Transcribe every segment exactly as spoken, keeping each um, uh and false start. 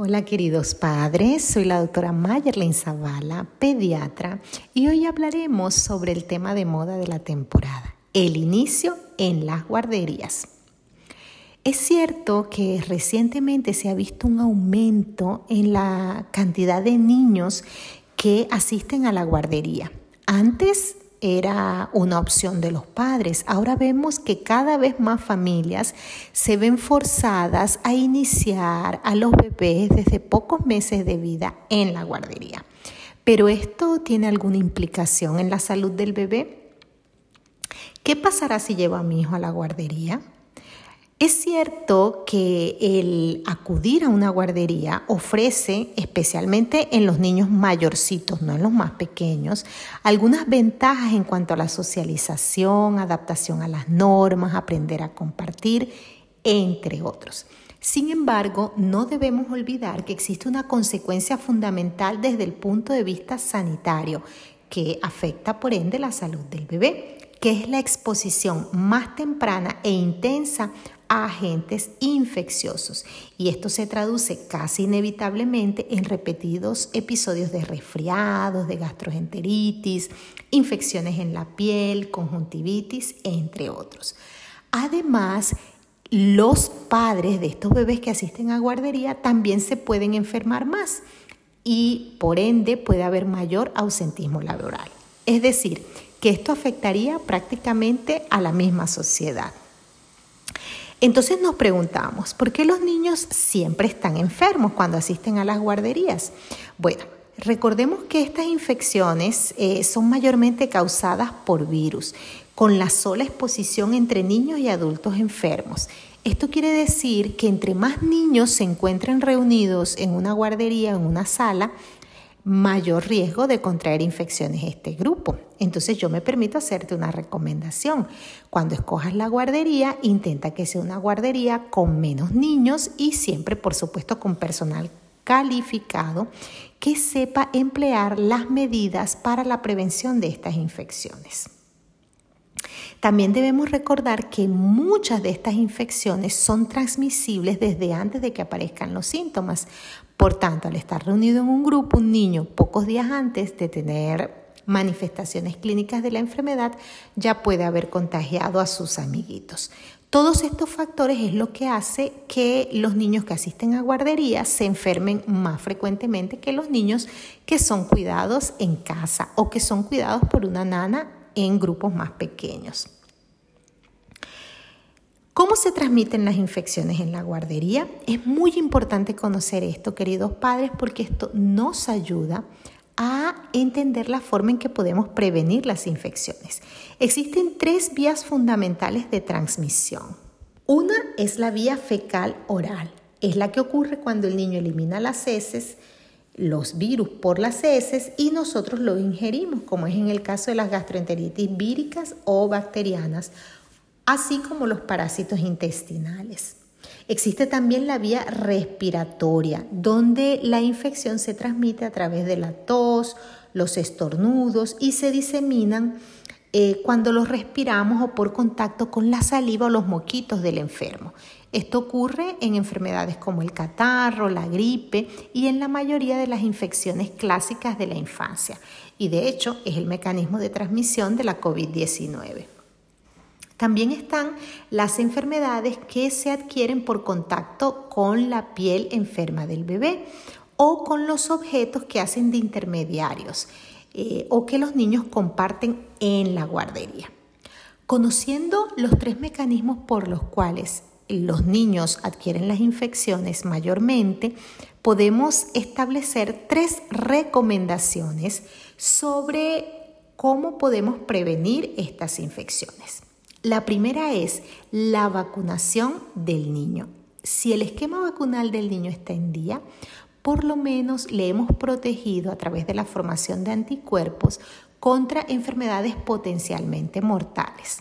Hola queridos padres, soy la doctora Mayerlyn Zavala, pediatra, y hoy hablaremos sobre el tema de moda de la temporada, el inicio en las guarderías. Es cierto que recientemente se ha visto un aumento en la cantidad de niños que asisten a la guardería. Antes era una opción de los padres. Ahora vemos que cada vez más familias se ven forzadas a iniciar a los bebés desde pocos meses de vida en la guardería. ¿Pero esto tiene alguna implicación en la salud del bebé? ¿Qué pasará si llevo a mi hijo a la guardería? Es cierto que el acudir a una guardería ofrece, especialmente en los niños mayorcitos, no en los más pequeños, algunas ventajas en cuanto a la socialización, adaptación a las normas, aprender a compartir, entre otros. Sin embargo, no debemos olvidar que existe una consecuencia fundamental desde el punto de vista sanitario que afecta por ende la salud del bebé, que es la exposición más temprana e intensa a agentes infecciosos, y esto se traduce casi inevitablemente en repetidos episodios de resfriados, de gastroenteritis, infecciones en la piel, conjuntivitis, entre otros. Además, los padres de estos bebés que asisten a guardería también se pueden enfermar más y por ende puede haber mayor ausentismo laboral. Es decir, que esto afectaría prácticamente a la misma sociedad. Entonces nos preguntamos, ¿por qué los niños siempre están enfermos cuando asisten a las guarderías? Bueno, recordemos que estas infecciones eh, son mayormente causadas por virus, con la sola exposición entre niños y adultos enfermos. Esto quiere decir que entre más niños se encuentren reunidos en una guardería, en una sala, mayor riesgo de contraer infecciones este grupo. Entonces yo me permito hacerte una recomendación. Cuando escojas la guardería, intenta que sea una guardería con menos niños y siempre, por supuesto, con personal calificado que sepa emplear las medidas para la prevención de estas infecciones. También debemos recordar que muchas de estas infecciones son transmisibles desde antes de que aparezcan los síntomas. Por tanto, al estar reunido en un grupo, un niño pocos días antes de tener manifestaciones clínicas de la enfermedad ya puede haber contagiado a sus amiguitos. Todos estos factores es lo que hace que los niños que asisten a guarderías se enfermen más frecuentemente que los niños que son cuidados en casa o que son cuidados por una nana en grupos más pequeños. ¿Cómo se transmiten las infecciones en la guardería? Es muy importante conocer esto, queridos padres, porque esto nos ayuda a entender la forma en que podemos prevenir las infecciones. Existen tres vías fundamentales de transmisión. Una es la vía fecal oral. Es la que ocurre cuando el niño elimina las heces, los virus por las heces y nosotros lo ingerimos, como es en el caso de las gastroenteritis víricas o bacterianas, así como los parásitos intestinales. Existe también la vía respiratoria, donde la infección se transmite a través de la tos, los estornudos y se diseminan eh, cuando los respiramos o por contacto con la saliva o los moquitos del enfermo. Esto ocurre en enfermedades como el catarro, la gripe y en la mayoría de las infecciones clásicas de la infancia. Y de hecho es el mecanismo de transmisión de la covid diecinueve. También están las enfermedades que se adquieren por contacto con la piel enferma del bebé o con los objetos que hacen de intermediarios eh, o que los niños comparten en la guardería. Conociendo los tres mecanismos por los cuales los niños adquieren las infecciones mayormente, podemos establecer tres recomendaciones sobre cómo podemos prevenir estas infecciones. La primera es la vacunación del niño. Si el esquema vacunal del niño está en día, por lo menos le hemos protegido a través de la formación de anticuerpos contra enfermedades potencialmente mortales.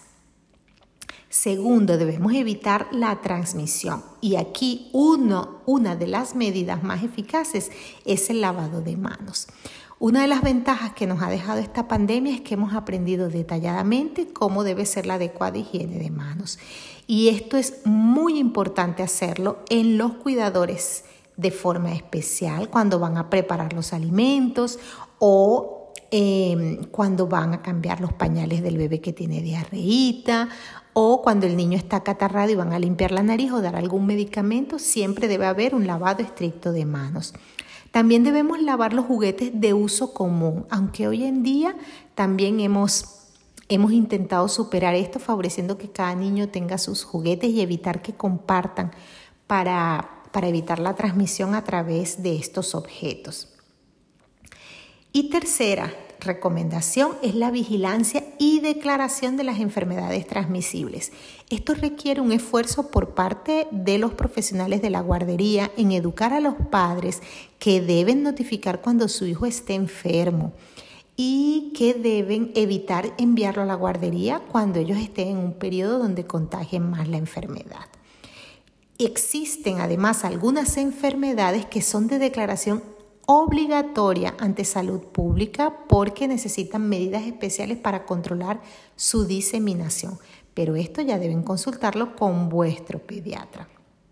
Segundo, debemos evitar la transmisión y aquí uno, una de las medidas más eficaces es el lavado de manos. Una de las ventajas que nos ha dejado esta pandemia es que hemos aprendido detalladamente cómo debe ser la adecuada higiene de manos. Y esto es muy importante hacerlo en los cuidadores de forma especial cuando van a preparar los alimentos o eh, cuando van a cambiar los pañales del bebé que tiene diarreíta, o cuando el niño está acatarrado y van a limpiar la nariz o dar algún medicamento. Siempre debe haber un lavado estricto de manos. También debemos lavar los juguetes de uso común, aunque hoy en día también hemos, hemos intentado superar esto, favoreciendo que cada niño tenga sus juguetes y evitar que compartan para, para evitar la transmisión a través de estos objetos. Y tercera recomendación es la vigilancia y declaración de las enfermedades transmisibles. Esto requiere un esfuerzo por parte de los profesionales de la guardería en educar a los padres que deben notificar cuando su hijo esté enfermo y que deben evitar enviarlo a la guardería cuando ellos estén en un periodo donde contagien más la enfermedad. Existen además algunas enfermedades que son de declaración obligatoria ante salud pública porque necesitan medidas especiales para controlar su diseminación, pero esto ya deben consultarlo con vuestro pediatra.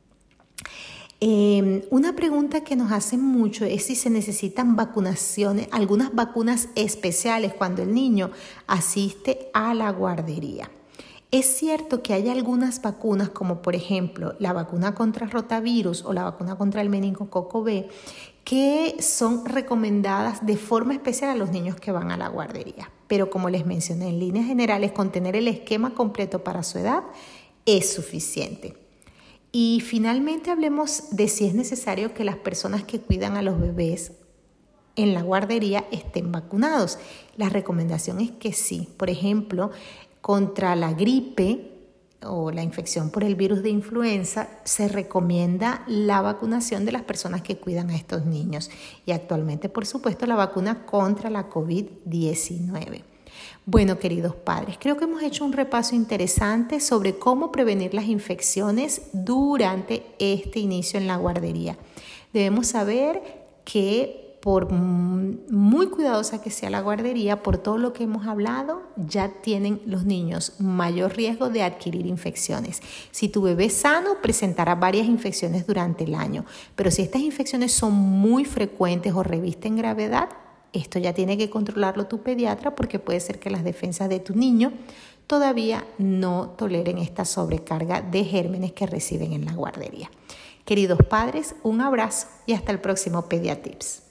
Eh, una pregunta que nos hacen mucho es si se necesitan vacunaciones, algunas vacunas especiales cuando el niño asiste a la guardería. Es cierto que hay algunas vacunas, como por ejemplo la vacuna contra rotavirus o la vacuna contra el meningococo B, que son recomendadas de forma especial a los niños que van a la guardería. Pero como les mencioné, en líneas generales, con tener el esquema completo para su edad es suficiente. Y finalmente hablemos de si es necesario que las personas que cuidan a los bebés en la guardería estén vacunados. La recomendación es que sí. Por ejemplo, contra la gripe o la infección por el virus de influenza, se recomienda la vacunación de las personas que cuidan a estos niños. Y actualmente, por supuesto, la vacuna contra la covid diecinueve. Bueno, queridos padres, creo que hemos hecho un repaso interesante sobre cómo prevenir las infecciones durante este inicio en la guardería. Debemos saber que por muy cuidadosa que sea la guardería, por todo lo que hemos hablado, ya tienen los niños mayor riesgo de adquirir infecciones. Si tu bebé es sano, presentará varias infecciones durante el año, pero si estas infecciones son muy frecuentes o revisten gravedad, esto ya tiene que controlarlo tu pediatra porque puede ser que las defensas de tu niño todavía no toleren esta sobrecarga de gérmenes que reciben en la guardería. Queridos padres, un abrazo y hasta el próximo Pediatips.